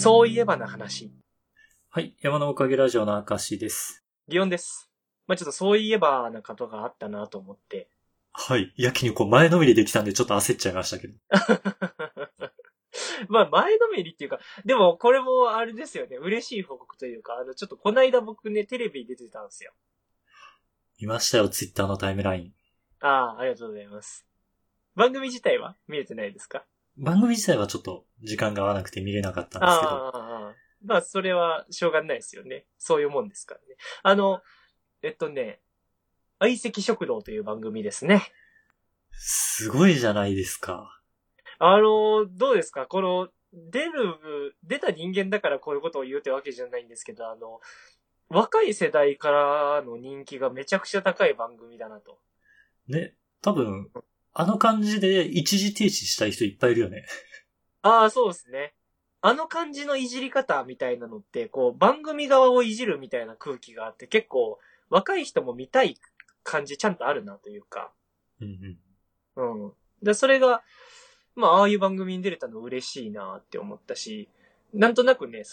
そういえばな話。 はい。山のおかげラジオの明石です。 祇園です。まあちょっとそういえばなことがあったなと思って。 はい。やけに前のめりできたんでちょっと焦っちゃいましたけど。 まあ前のめりっていうか、でもこれもあれですよね。嬉しい報告というか、ちょっとこないだ僕ね、テレビに出てたんですよ。 見ましたよ、ツイッターのタイムライン。 ありがとうございます。番組自体は見れてないですか？ 番組自体はちょっと時間が合わなくて見れなかったんですけど。 まあそれはしょうがないですよね。そういうもんですからね。相席食堂という番組ですね。 すごいじゃないですか。 どうですか出た人間だからこういうことを言うってわけじゃないんですけど、若い世代からの人気がめちゃくちゃ高い番組だなと。 ね、多分、あの感じで一時停止したい人いっぱいいるよね。 そうですね。あの感じのいじり方みたいなのって、こう、番組側をいじるみたいな空気があって、結構、若い人も見たい感じちゃんとあるなというか。 うんうん。で、それが、まあ、ああいう番組に出れたの嬉しいなって思ったし、なんとなくね、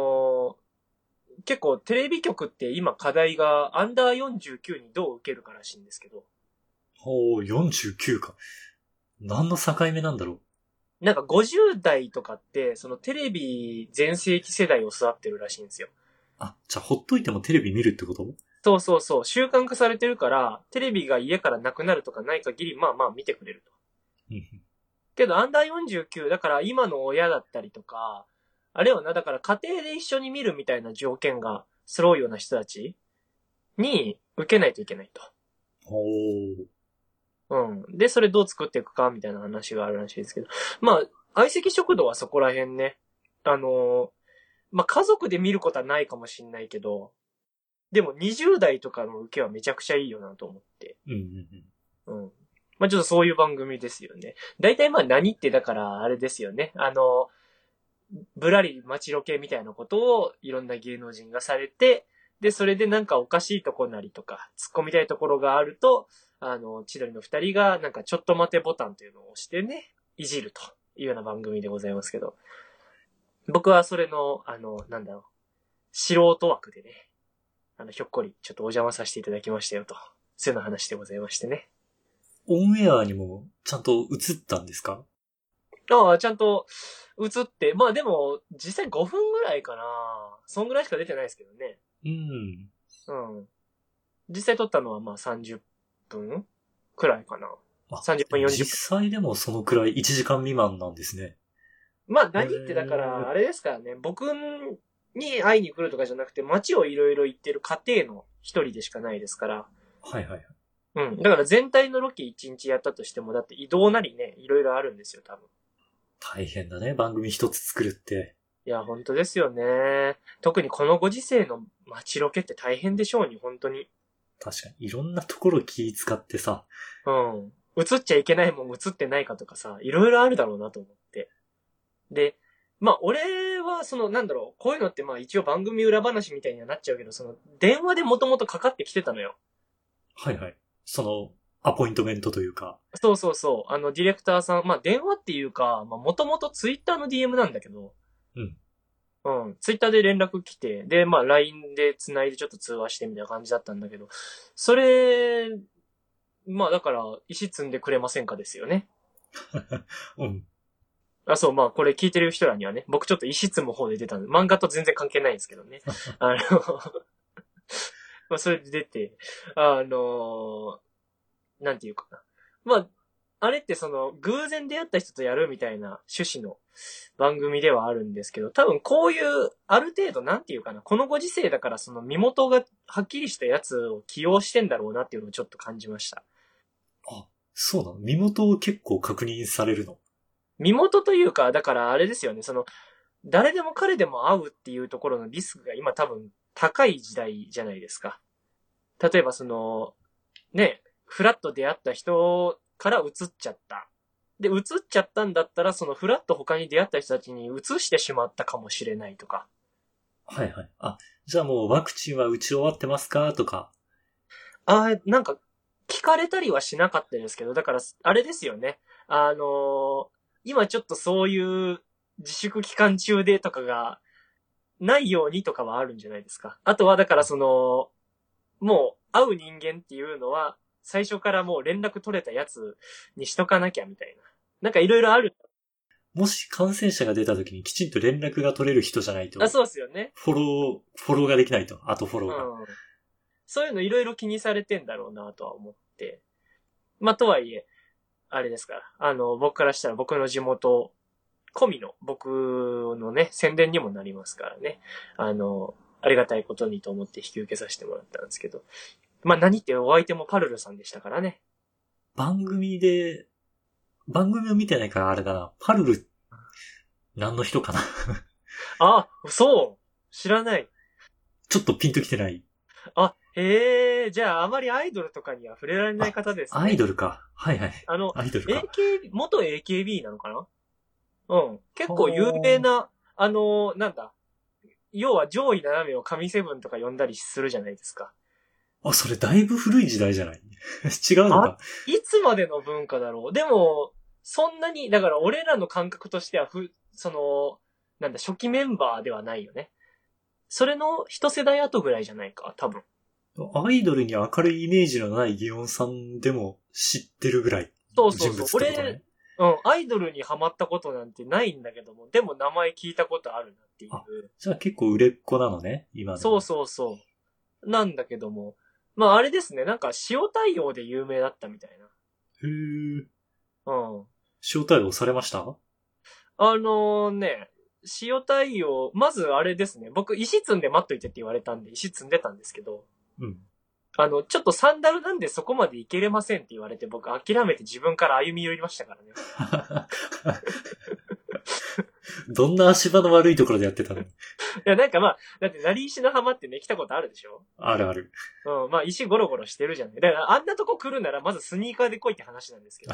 結構テレビ局って今課題がアンダー49にどう受けるからしいんですけど。 ほう、49か。何の境目なんだろう。 なんか50代とかって、そのテレビ全盛期世代を育ってるらしいんですよ。 あ、じゃあほっといてもテレビ見るってこと？ そうそうそう。習慣化されてるから、テレビが家からなくなるとかない限り、まあまあ見てくれると。けど、アンダー49、だから今の親だったりとか、あれよな、だから家庭で一緒に見るみたいな条件が揃うような人たちに受けないといけないと。 ほうん。で、それどう作っていくかみたいな話があるらしいですけど。まあ、相席食堂はそこら辺ね。まあ家族で見ることはないかもしんないけど、でも20代とかの受けはめちゃくちゃいいよなと思って。うん。まあちょっとそういう番組ですよね。大体まあ何ってだからあれですよね。ぶらり街ロケみたいなことをいろんな芸能人がされて、で、それでなんかおかしいとこなりとか、突っ込みたいところがあると、千鳥の二人がなんかちょっと待てボタンというのを押してね、いじるというような番組でございますけど、僕はそれの、素人枠でね、ひょっこりちょっとお邪魔させていただきましたよと。そういうの話でございましてね。 オンエアにもちゃんと映ったんですか？ ちゃんと映って、まあでも、実際5分ぐらいかな。そんぐらいしか出てないですけどね。うん。実際撮ったのはまあ30分くらいかな。30分40分。 実際でもそのくらい1時間未満なんですね。 まあ何ってだから、あれですからね、僕に会いに来るとかじゃなくて、街をいろいろ行ってる家庭の一人でしかないですから。 はいはい。 うん。だから全体のロケ1日やったとしても、だって移動なりね、いろいろあるんですよ、多分。 大変だね、番組一つ作るって。 いや、本当ですよね。特にこのご時世の街ロケって大変でしょうに、本当に。 確かに、いろんなところ気使ってさ。 うん。映っちゃいけないもん映ってないかとかさ、いろいろあるだろうなと思って。で、まあ、俺は、こういうのってまあ一応番組裏話みたいにはなっちゃうけど、電話でもともとかかってきてたのよ。 はいはい。アポイントメントというか。 そうそうそう。ディレクターさん、まあ電話っていうか、まあもともとツイッターの DM なんだけど、 うん。 うん。ツイッターで連絡来て、で、まあ LINE で繋いでちょっと通話してみたいな感じだったんだけど、それ、まあだから、石積んでくれませんかですよね。 うん。 そう、まあこれ聞いてる人らにはね、僕ちょっと石積む方で出たんで、漫画と全然関係ないんですけどね。まあそれで出て、なんていうかな。まあ、あれって偶然出会った人とやるみたいな趣旨の番組ではあるんですけど、多分こういう、ある程度なんていうかな、このご時世だから身元がはっきりしたやつを起用してんだろうなっていうのをちょっと感じました。 あ、そうなの？身元を結構確認されるの？ 身元というか、だからあれですよね、誰でも彼でも会うっていうところのリスクが今多分高い時代じゃないですか。例えばね、フラッと出会った人から移っちゃった。で、移っちゃったんだったら、フラッと他に出会った人たちに移してしまったかもしれないとか。 はいはい。あ、じゃあもうワクチンは打ち終わってますかとか。 なんか、聞かれたりはしなかったですけど、だから、あれですよね。今ちょっとそういう自粛期間中でとかがないようにとかはあるんじゃないですか。あとはだからもう会う人間っていうのは最初からもう連絡取れたやつにしとかなきゃみたいな。なんかいろいろある。 もし感染者が出た時にきちんと連絡が取れる人じゃないと。 そうですよね。 フォローができないと。あとフォローが。 そういうのいろいろ気にされてんだろうなとは思って。まあ、とはいえ、あれですから。僕からしたら僕の地元、込みの僕のね、宣伝にもなりますからね。ありがたいことにと思って引き受けさせてもらったんですけど。まあ、何ってお相手もパルルさんでしたからね。 番組を見てないからあれだな。パルル、何の人かなあ、そう知らない。 ちょっとピンときてない。 あ、へえ、じゃああまりアイドルとかには触れられない方ですね。 アイドルか。はいはい。アイドルか。 元 AKB なのかな？うん。結構有名な、なんだ。要は上位斜めを神セブンとか呼んだりするじゃないですか。 あ、それだいぶ古い時代じゃない違うのか。 いつまでの文化だろう。でも、そんなに、だから俺らの感覚としてはなんだ、初期メンバーではないよね。それの一世代後ぐらいじゃないか、多分。 アイドルに明るいイメージのないギオンさんでも知ってるぐらい。 そうそうそう。俺、アイドルにハマったことなんてないんだけども、でも名前聞いたことあるなっていう。 じゃあ結構売れっ子なのね、今の。 そうそうそう。なんだけども、まああれですね、なんか塩対応で有名だったみたいな。 へー。 うん。 塩対応されました？ 塩対応、まずあれですね、僕石積んで待っといてって言われたんで石積んでたんですけど、 うん。 ちょっとサンダルなんでそこまでいけれませんって言われて僕諦めて自分から歩み寄りましたからね。 どんな足場の悪いところでやってたの？いや、なんかまあ、だって、成石の浜ってね、来たことあるでしょ？ あるある。 うん、まあ、石ゴロゴロしてるじゃん。だから、あんなとこ来るなら、まずスニーカーで来いって話なんですけど。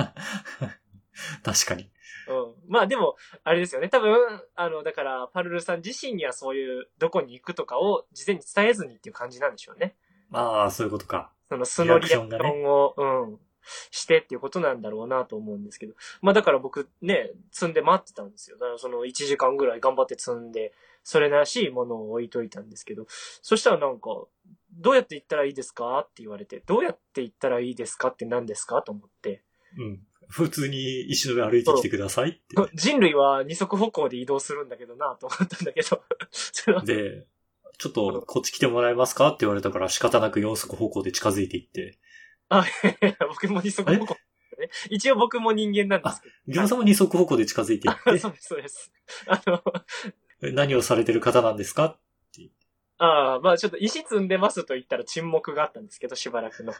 確かに。 うん。まあ、でも、あれですよね。多分、だから、パルルさん自身にはそういう、どこに行くとかを事前に伝えずにっていう感じなんでしょうね。 ああ、そういうことか。 その素のリアクションを、うん。してっていうことなんだろうなと思うんですけど。まあだから僕ね、積んで待ってたんですよ。だからその1時間ぐらい頑張って積んで、それらしいものを置いといたんですけど、そしたらなんか、どうやって行ったらいいですかって言われて、どうやって行ったらいいですかって何ですかと思って。 うん。普通に石の上歩いてきてくださいって。 人類は二足歩行で移動するんだけどなと思ったんだけど。 で、ちょっとこっち来てもらえますかって言われたから仕方なく四足歩行で近づいていって。 あ、僕も二足歩行、ね。一応僕も人間なんですけど。 ギョンさんも二足歩行で近づいていって。 そうです、そうです。 何をされてる方なんですかって。 まあちょっと石積んでますと言ったら沈黙があったんですけど、しばらくの。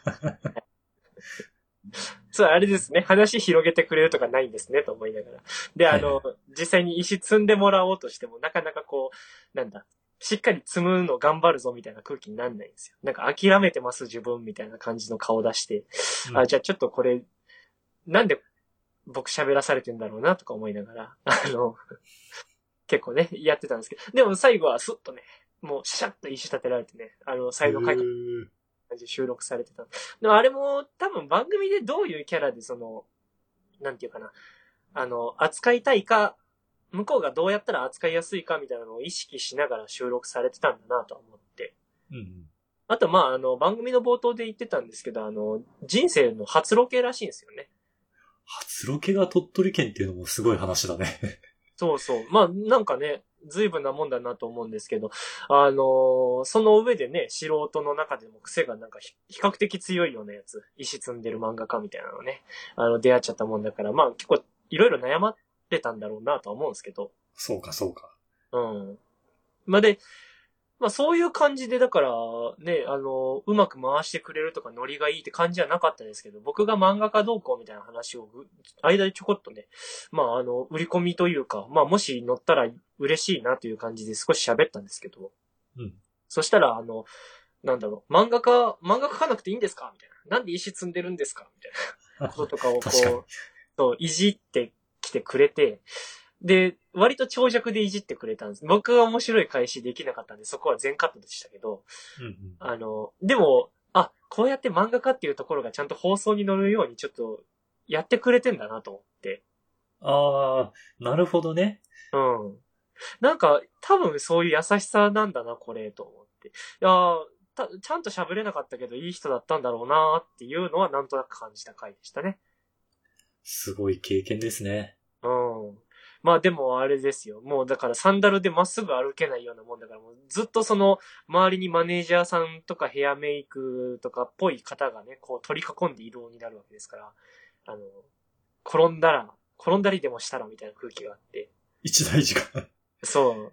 そう、あれですね。話広げてくれるとかないんですね、と思いながら。で、実際に石積んでもらおうとしても、なかなかこう、なんだ、しっかり積むの頑張るぞみたいな空気になんないんですよ。なんか諦めてます自分みたいな感じの顔出して、じゃあちょっとこれ、なんで僕喋らされてんだろうなとか思いながら、結構ね、やってたんですけど、でも最後はスッとね、もうシャッと石立てられてね、サイド回感じで収録されてた。でもあれも多分番組でどういうキャラでなんていうかな、扱いたいか、向こうがどうやったら扱いやすいかみたいなのを意識しながら収録されてたんだなと思って。 うん。 あと、まあ、番組の冒頭で言ってたんですけど、人生の初ロケらしいんですよね。 初ロケが鳥取県っていうのもすごい話だね。 そうそう。まあ、なんかね、随分なもんだなと思うんですけど、その上でね、素人の中でも癖がなんか比較的強いようなやつ、石積んでる漫画家みたいなのね、出会っちゃったもんだから、まあ結構いろいろ悩まってたんだろうなとは思うんですけど。 そうか、そうか。 うん。まあで、まあそういう感じで、だからね、うまく回してくれるとかノリがいいって感じはなかったですけど、僕が漫画家どうこうみたいな話を間でちょこっとね、まあ売り込みというか、まあもし乗ったら嬉しいなという感じで少し喋ったんですけど、 うん。 そしたらなんだろう、漫画描かなくていいんですかみたいな。なんで石積んでるんですかみたいなこととかをこう、そういじってきてくれて、で、割と長尺でいじってくれたんです。僕は面白い返しできなかったんで、そこは全カットでしたけど、 うんうん、 でも、こうやって漫画家っていうところがちゃんと放送に乗るようにちょっとやってくれてんだなと思って。 ああ、なるほどね。 うん。なんか、多分そういう優しさなんだな、これ、と思って。いやーちゃんと喋れなかったけど、いい人だったんだろうなっていうのはなんとなく感じた回でしたね。 すごい経験ですね。 うん。まあでもあれですよ。もうだからサンダルでまっすぐ歩けないようなもんだから、もうずっとその周りにマネージャーさんとかヘアメイクとかっぽい方がね、こう取り囲んで移動になるわけですから、あの、転んだりでもしたらみたいな空気があって。 一大事か。 そう。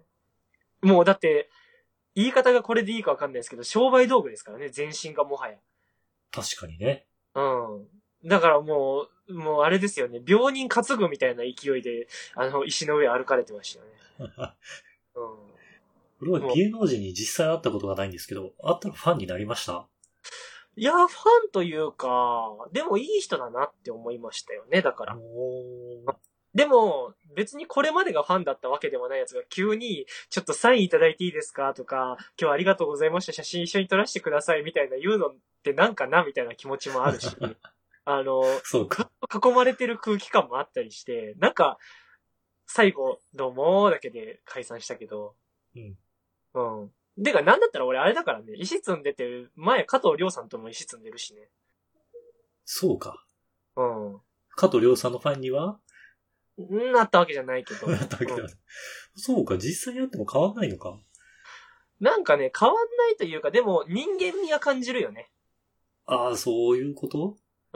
もうだって、言い方がこれでいいかわかんないですけど、商売道具ですからね、全身がもはや。 確かにね。 うん。だからもうあれですよね、病人担ぐみたいな勢いで、石の上歩かれてましたよね。うん。 俺はもう芸能人に実際会ったことがないんですけど、会ったらファンになりました？ いや、ファンというか、でもいい人だなって思いましたよね、だから。 おー。 でも、別にこれまでがファンだったわけでもないやつが急に、ちょっとサインいただいていいですかとか、今日はありがとうございました、写真一緒に撮らせてくださいみたいな言うのってなんかなみたいな気持ちもあるし、 そうか。 囲まれてる空気感もあったりして、なんか、最後、どうもーだけで解散したけど、 うん。 うん。でか、なんだったら俺あれだからね、石積んでて、前加藤亮さんとも石積んでるしね。 そうか。 うん。 加藤亮さんのファンにはなったわけじゃないけど。 なったわけだ、 うんそうか、実際に会っても変わんないのか。 なんかね、変わんないというか、でも人間味は感じるよね。 ああ、そういうこと？ うん。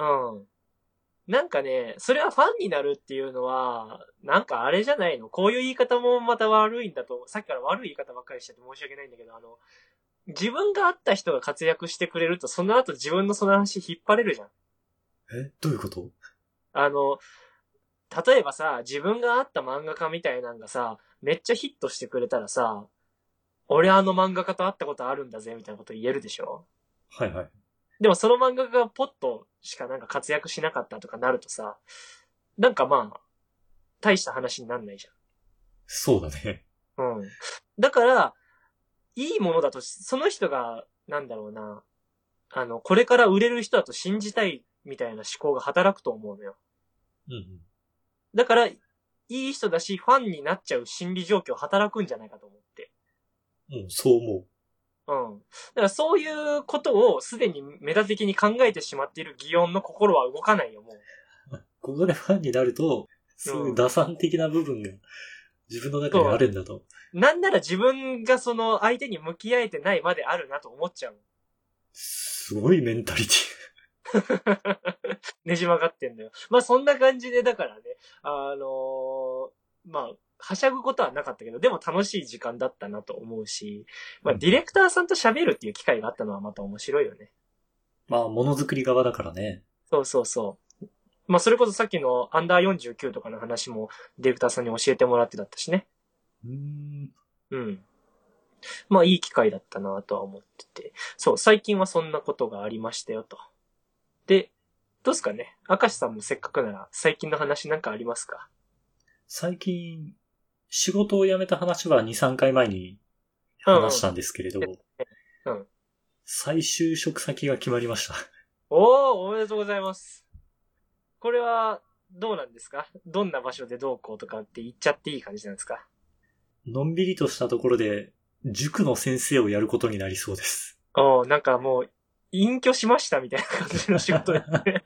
なんかね、それはファンになるっていうのは、なんかあれじゃないの。こういう言い方もまた悪いんだと、さっきから悪い言い方ばっかりしちゃって申し訳ないんだけど、自分が会った人が活躍してくれると、その後自分のその話引っ張れるじゃん。 どういうこと？ あの、例えばさ、自分が会った漫画家みたいなんがさ、めっちゃヒットしてくれたらさ、俺あの漫画家と会ったことあるんだぜ、みたいなこと言えるでしょ？ はいはい。 でもその漫画家がポッとしかなんか活躍しなかったとかなるとさ、なんかまあ、大した話になんないじそうだね。 ゃん。うん。だから、いいものだとその人が、なんだろうな、これから売れる人だと信じたいみたいな思考が働くと思うのよ。 うんうん。 だから、いい人だし、ファンになっちゃう心理状況働くんじゃないかと思って。 うん、そう思うん。だからそういうことをすでにメタ的に考えてしまっている擬音の心は動かないよ、もう。ここでファンになると、そういう打算的な部分が自分の中にあるんだと。 う。なんなら自分がその相手に向き合えてないまであるなと思っちゃう。 すごいメンタリテねじ曲がってんだよ。まあそんな感じで、だからね、まあ、はしゃぐことはなかったけど、でも楽しい時間だったなと思うし、まあディレクターさんと喋るっていう機会があったのはまた面白いよね。 ィ。まあ、ものづくり側だからね。 そうそうそう。まあそれこそさっきのアンダー49とかの話もディレクターさんに教えてもらってだったしね。うん。まあいい機会だったなとは思ってて。そう、最近はそんなことがありましたよと。で、どうすかね？明石さんもせっかくなら最近の話なんかありますか？ 最近、仕事を辞めた話は2、3回前に話したんですけれど、 うん。 再就職先が決まりました。 おめでとうございます。これは、どうなんですか？どんな場所でどうこうとかって言っちゃっていい感じなんですか？ のんびりとしたところで、塾の先生をやることになりそうです。 なんかもう、隠居しましたみたいな感じの仕事ですね。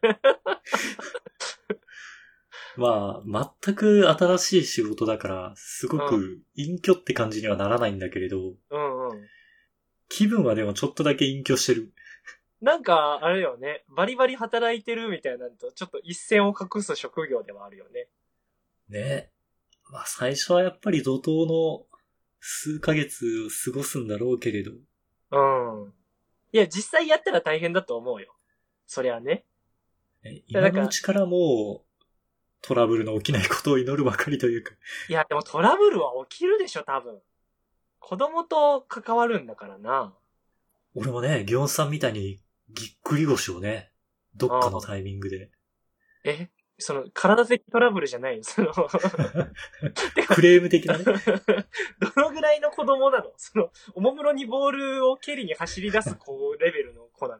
まあ、全く新しい仕事だから、すごく隠居って感じにはならないんだけれど、 うんうん。 気分はでもちょっとだけ隠居してる。 なんか、あれよね。バリバリ働いてるみたいなのと、ちょっと一線を画す職業ではあるよね。 ね。まあ最初はやっぱり怒涛の数ヶ月過ごすんだろうけれど。 うん。いや、実際やったら大変だと思うよ。そりゃね。 今のうちからもうトラブルの起きないことを祈るばかりというか。 いや、でもトラブルは起きるでしょ、多分。子供と関わるんだからな。 俺もね、ギョンさんみたいにぎっくり腰をね、どっかのタイミングで。 体的トラブルじゃないよ。 クレーム的なね。 どのぐらいの子供なの？おもむろにボールを蹴りに走り出す子レベルの子な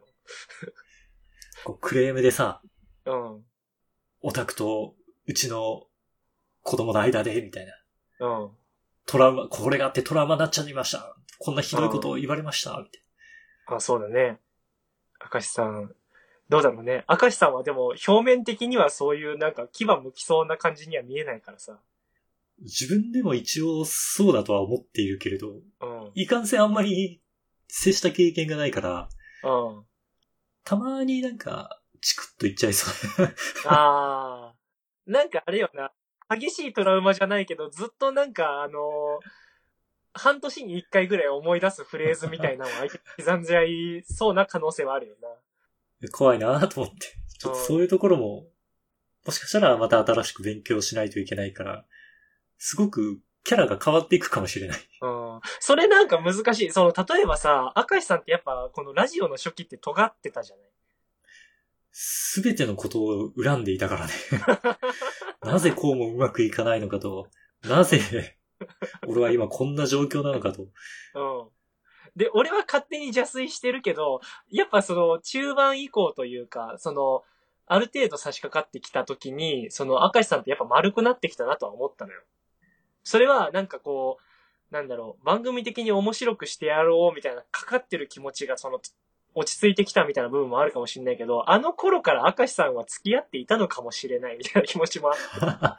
こうクレームでさ、 の？ オタクとうちの子供の間で、みたいな。 うん。 トラウマ、これがあってトラウマになっちゃいました。こんなひどいことを言われました。みたいあ、そうだね。明石さん。どうだろうね。明石さんはでも表面的にはそういうなんか牙剥きそうな感じには見えないからさ。 な。自分でも一応そうだとは思っているけれど、 うん。 いかんせんあんまり接した経験がないから、 うん。 たまになんか、チクッといっちゃいそう。 あー。なんかあれよな。激しいトラウマじゃないけど、ずっとなんか半年に一回ぐらい思い出すフレーズみたいなのを相手に刻んじゃいそうな可能性はあるよ怖いなと思って。ちょっとそういうところも、もしかしたらまた新しく勉強しないといけないから、すごくキャラが変わっていくかもしれない。 な。うん。それなんか難しい。例えばさ、明石さんってやっぱこのラジオの初期って尖ってたじゃない。 すべてのことを恨んでいたからね。なぜこうもうまくいかないのかと、なぜ俺は今こんな状況なのかと。 うん。で、俺は勝手に邪推してるけど、やっぱ中盤以降というか、ある程度差し掛かってきた時に、明石さんってやっぱ丸くなってきたなとは思ったのよ。それは、なんかこう、なんだろう、番組的に面白くしてやろうみたいな、かかってる気持ちが落ち着いてきたみたいな部分もあるかもしれないけど、あの頃から明石さんは付き合っていたのかもしれないみたいな気持ちもあって。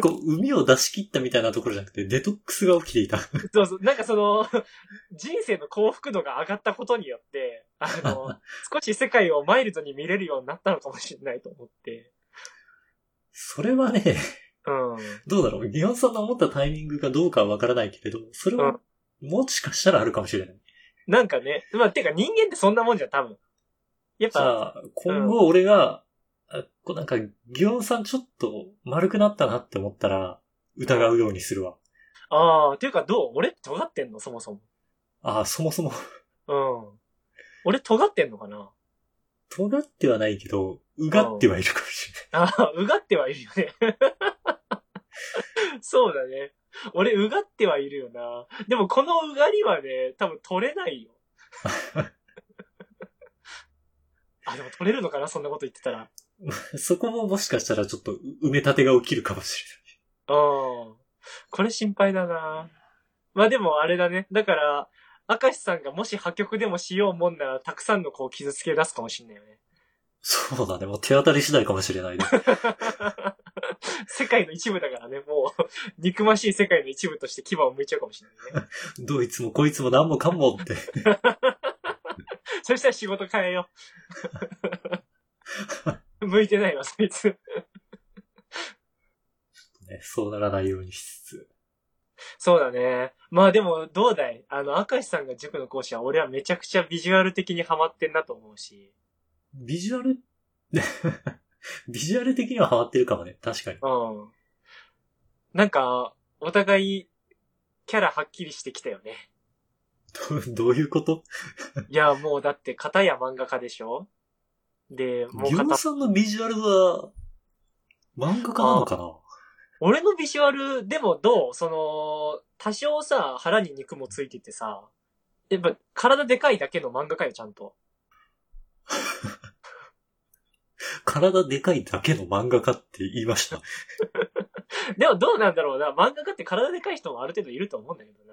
こう、海を出し切ったみたいなところじゃなくて、デトックスが起きていた。 そうそう、なんか人生の幸福度が上がったことによって、少し世界をマイルドに見れるようになったのかもしれないと思って。 それはね、 うん。 どうだろう。ギオンさんの思ったタイミングがどうかはわからないけれど、それは、もしかしたらあるかもしれない。 なんかね、まあ、てか人間ってそんなもんじゃん、多分。やっじゃぱ、 あ、今後俺が、なんか、ギオンさんちょっと丸くなったなって思ったら、疑うようにするわ。 ああ、ていうかどう俺尖ってんのそもそも。 ああ、そもそも、 うん。俺尖ってんのかな。 尖ってはないけど、うがってはいるかもしれない。 ああ、うがってはいるよね。そうだね。俺、うがってはいるよな。でも、このうがりはね、多分取れないよ。あ、でも取れるのかなそんなこと言ってたら。 そこももしかしたらちょっと埋め立てが起きるかもしうん。これ心配だな。まあでもあれだね。だから、明石さんがもし破局でもしようもんなら、たくさんの子を傷つけ出すかもしんないよね。 そうだね。もう手当たり次第かもしれないね。 世界の一部だからね、もう、憎ましい世界の一部として牙を向いちゃうかもしれないね。 どいつもこいつも何もかもって。 そしたら仕事変えよう。向いてないわ、そいつ。 ね、そうならないようにしつつ。 そうだね。まあでも、どうだい明石さんが塾の講師は、俺はめちゃくちゃビジュアル的にハマってんなと思うし。 ビジュアルビジュアル的にはハマってるかもね。確かに。 うん。なんか、お互い、キャラはっきりしてきたよね。 どういうこといや、もうだって、片や漫画家でしょで、もうギョンさんのビジュアルは、漫画家なのかな。 俺のビジュアル、でもどう多少さ、腹に肉もついててさ、やっぱ体でかいだけの漫画家よ、ちゃんと。 体でかいだけの漫画家って言いました。 でもどうなんだろうな。漫画家って体でかい人もある程度いると思うんだけどな。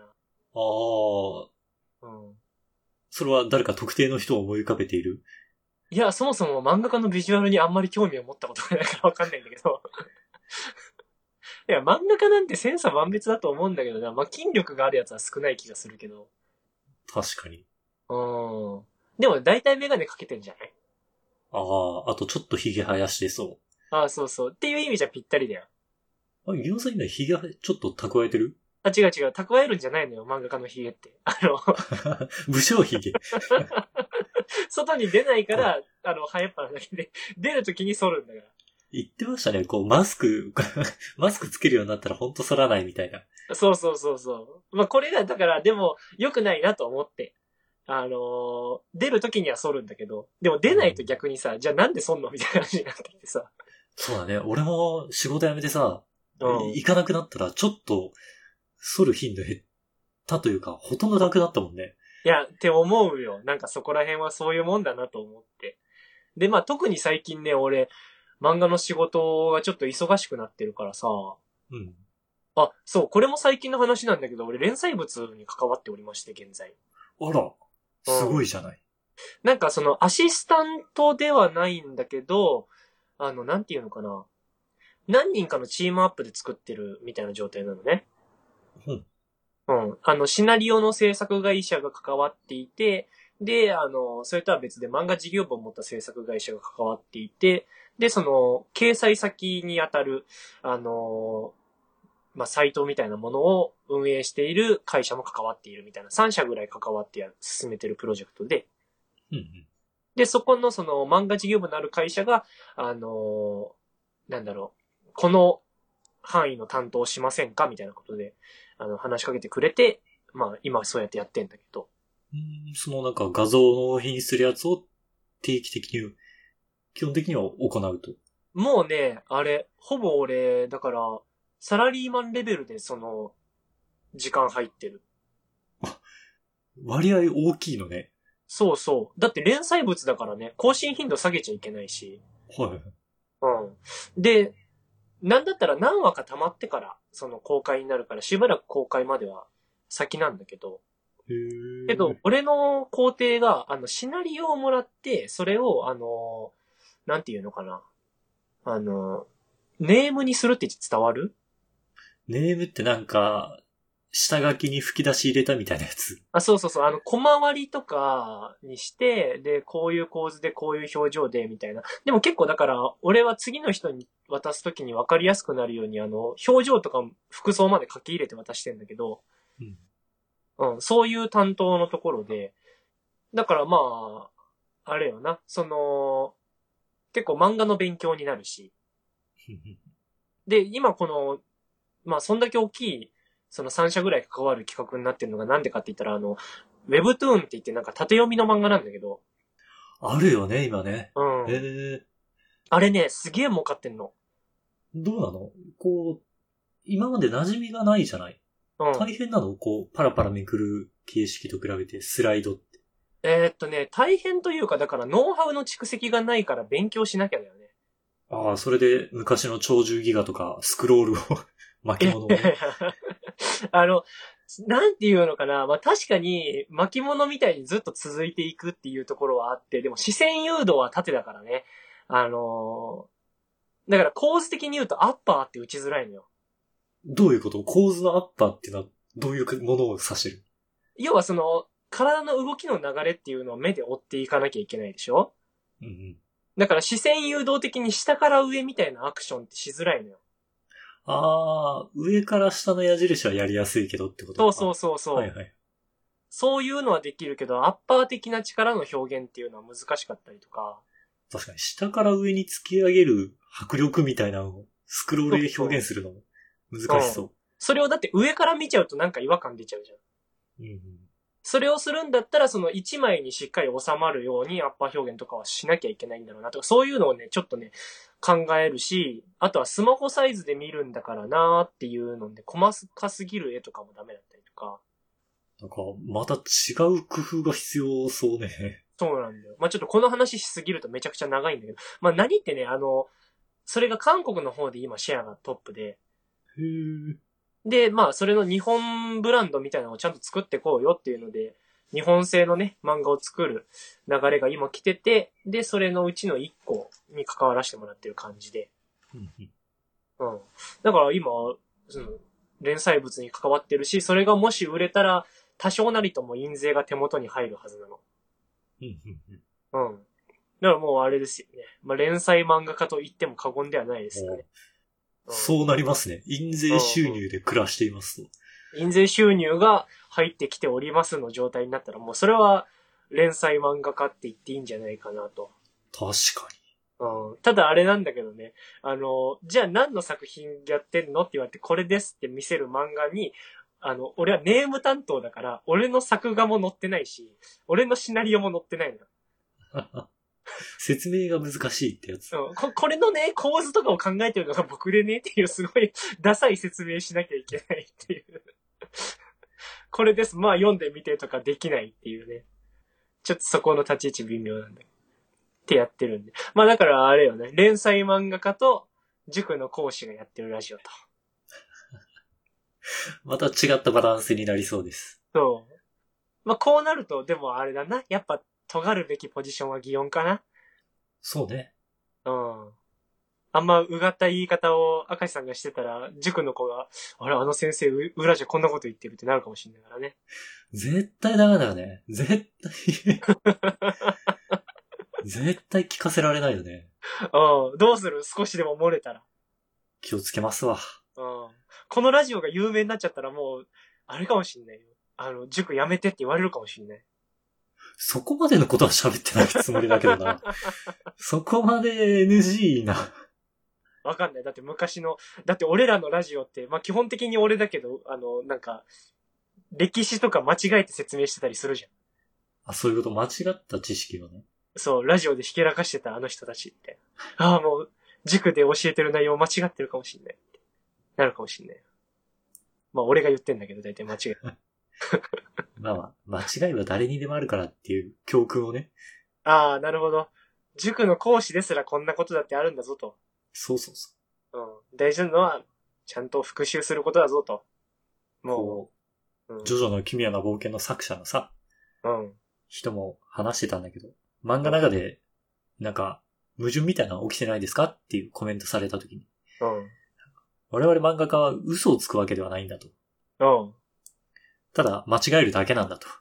うん。 それは誰か特定の人を思い浮かべている？ いや、そもそも漫画家のビジュアルにあんまり興味を持ったことがないからわかんないんだけど。いや、漫画家なんて千差万別だと思うんだけどな。まあ、筋力があるやつは少ない気がするけど。 確かに。 うん。でも大体メガネかけてんじゃない？ あとちょっと髭生やしてそああ、そうそう。っていう意味じゃぴったりだよ。 う。ギョンさん今髭ちょっと蓄えてる？ あ、違う違う。蓄えるんじゃないのよ、漫画家のヒゲって。 武将髭。 外に出ないから、生えっぱなだけで、出るときに剃るんだか言ってましたね。こう、マスクつけるようになったらほんと剃らないみたいな。 ら。そうそうそうそう。まあ、これが、だから、でも、良くないなと思って。出るときには剃るんだけど、でも出ないと逆にさ、じゃあなんで剃んのみたいな話になってきてさ。 そうだね。俺も仕事辞めてさ、 うん。 行かなくなったらちょっと、剃る頻度減ったというか、ほとんどなくなったもんね。 いや、って思うよ。なんかそこら辺はそういうもんだなと思って。で、特に最近ね、俺、漫画の仕事がちょっと忙しくなってるからさ、 うん。 あ、そう、これも最近の話なんだけど、俺連載物に関わっておりまして、現在。 あら、すごいじゃない。 なんかそのアシスタントではないんだけど、なんていうのかな。何人かのチームアップで作ってるみたいな状態なのね。 うん。 シナリオの制作会社が関わっていて、で、それとは別で漫画事業部を持った制作会社が関わっていて、で、その、掲載先にあたる、サイトみたいなものを運営している会社も関わっているみたいな、3社ぐらい関わって進めてるプロジェクトで、 うん。 で、そこのその漫画事業部のある会社が、この範囲の担当しませんかみたいなことで、話しかけてくれて、まあ、今そうやってやってんだけど。 そのなんか画像の納品するやつを定期的に、基本的には行うと。 もうね、あれ、ほぼ俺、だから、サラリーマンレベルでその、時間入ってる。 割合大きいのね。 そうそう。だって連載物だからね、更新頻度下げちゃいけないし。 はい。 うん。で、なんだったら何話か溜まってから、その公開になるから、しばらく公開までは先なんだけど。 へー。 けど、俺の工程が、シナリオをもらって、それを、なんていうのかな。ネームにするって伝わる？ ネームってなんか、下書きに吹き出し入れたみたいなやつ。 あ、そうそうそう、小回りとかにして、で、こういう構図でこういう表情で、みたいな。でも結構だから、俺は次の人に渡すときに分かりやすくなるように、表情とか服装まで書き入れて渡してんだけど、そういう担当のところで、だからまあ、あれよな、結構漫画の勉強になるし、で、今この、まあそんだけ大きい、その3社ぐらい関わる企画になってるのがなんでかって言ったら、Webtoon って言ってなんか縦読みの漫画なんだけど、 あるよね、今ね。 うん。 へー。 あれね、すげえ儲かってんの。 どうなの？こう、今まで馴染みがないじゃない。 うん。 大変なの？こう、パラパラめくる形式と比べて、スライドって。 大変というか、だからノウハウの蓄積がないから勉強しなきゃだよね。 ああ、それで昔の超獣ギガとか、スクロールを巻物をね。 なんていうのかな。まあ、確かに巻物みたいにずっと続いていくっていうところはあって、でも視線誘導は縦だからね。だから構図的に言うとアッパーって打ちづらいのよ。 どういうこと？構図のアッパーっていうのは、どういうものを指してる？ 要はその、体の動きの流れっていうのを目で追っていかなきゃいけないでしょ？ うんうん。 だから視線誘導的に下から上みたいなアクションってしづらいのよ。 ああ、上から下の矢印はやりやすいけどってことか。 そうそうそうそう。 はいはい。 そういうのはできるけど、アッパー的な力の表現っていうのは難しかったりとか。 確かに下から上に突き上げる迫力みたいなのをスクロールで表現するのも難しそう。 それをだって上から見ちゃうとなんか違和感出ちゃうじゃん。 うんうん、 それをするんだったらその一枚にしっかり収まるようにアッパー表現とかはしなきゃいけないんだろうなとか、そういうのをね、ちょっとね、考えるし、あとはスマホサイズで見るんだからなーっていうので、細かすぎる絵とかもダメだったりとか。 なんか、また違う工夫が必要そうね。 そうなんだよ。まあ、ちょっとこの話しすぎるとめちゃくちゃ長いんだけど、まあ、何ってね、それが韓国の方で今シェアがトップで、 へー。 で、まあ、それの日本ブランドみたいなのをちゃんと作ってこうよっていうので、日本製のね、漫画を作る流れが今来てて、で、それのうちの1個に関わらせてもらってる感じで。 うんうん、 うん。だから今、その、連載物に関わってるし、それがもし売れたら、多少なりとも印税が手元に入るはずなの。 うんうんうん、 うん。だからもうあれですよね。まあ、連載漫画家と言っても過言ではないですよね。 そうなりますね。印税収入で暮らしていますと。 印税収入が入ってきておりますの状態になったら、もうそれは連載漫画家って言っていいんじゃないかなと。 確かうん、ただあれなんだけどね、じゃあ何の作品やってんのって言われて、これですって見せる漫画に、俺はネーム担当だから、俺の作画も載ってないし、俺のシナリオも載ってないのよ。 説明が難しいってやつ。 うん、これのね、構図とかを考えてるのが僕でねっていうすごいダサい説明しなきゃいけないっていう。これです。まあ読んでみてとかできないっていうね。ちょっとそこの立ち位置微妙なんだってやってるんで。まあだからあれよね。連載漫画家と塾の講師がやってるラジオと。 また違ったバランスになりそうです。 そう。まあ、こうなると、でもあれだな。やっぱ、尖るべきポジションは擬音かな。 そうね。 うん。あんまうがった言い方を明石さんがしてたら、塾の子が、あれ、あの先生、裏じゃこんなこと言ってるってなるかもしれないからね。 絶対ダメだよね。絶対聞かせられないよね。 うん。どうする？少しでも漏れたら。 気をつけますわ。 うん。このラジオが有名になっちゃったらもう、あれかもしんないよ。塾やめてって言われるかもしんない。 そこまでのことは喋ってないつもりだけどな。そこまで NG な。 わかんない。だって昔の、だって俺らのラジオって、まあ、基本的に俺だけど、なんか、歴史とか間違えて説明してたりするじゃん。 あ、そういうこと、間違った知識をね。 そう、ラジオでひけらかしてたあの人たちって。ああ、もう、塾で教えてる内容間違ってるかもしんない。なるかもしんない。まあ、俺が言ってんだけど、大体間違え。 まあまあ、間違いは誰にでもあるからっていう教訓をね。 ああ、なるほど。塾の講師ですらこんなことだってあるんだぞと。 そうそうそうん。大事なのは、ちゃんと復習することだぞと。 う。 もう、 ジョジョの奇妙な冒険の作者のさ、 うん。 人も話してたんだけど、漫画の中で、なんか、矛盾みたいなの起きてないですかっていうコメントされたときに、 うん。 我々漫画家は嘘をつくわけではないんだと。 うん。 ただ、間違えるだけなんだと。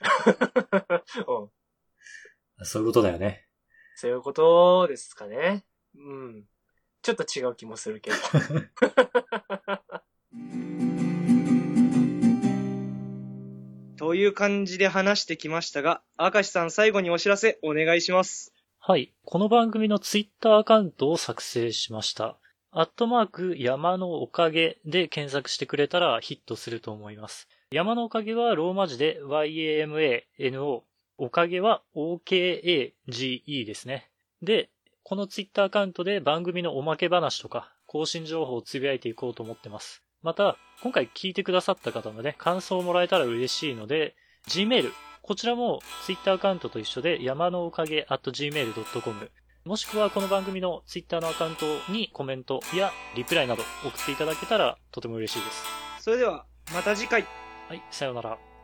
うん。 そういうことだよね。 そういうことですかね。うん。ちょっと違う気もするけど。という感じで話してきましたが、明石さん最後にお知らせお願いします。 はい。この番組のツイッターアカウントを作成しました。山のおかげで検索してくれたらヒットすると思います。山のおかげはローマ字で YAMANO。おかげは OKAGE ですね。で、このツイッターアカウントで番組のおまけ話とか更新情報をつぶやいていこうと思ってます。また、今回聞いてくださった方のね、感想をもらえたら嬉しいので、Gmail、こちらもツイッターアカウントと一緒で山のおかげ @gmail.com、もしくはこの番組のツイッターのアカウントにコメントやリプライなど送っていただけたらとても嬉しいです。 それでは、また次回。 はい、さようなら。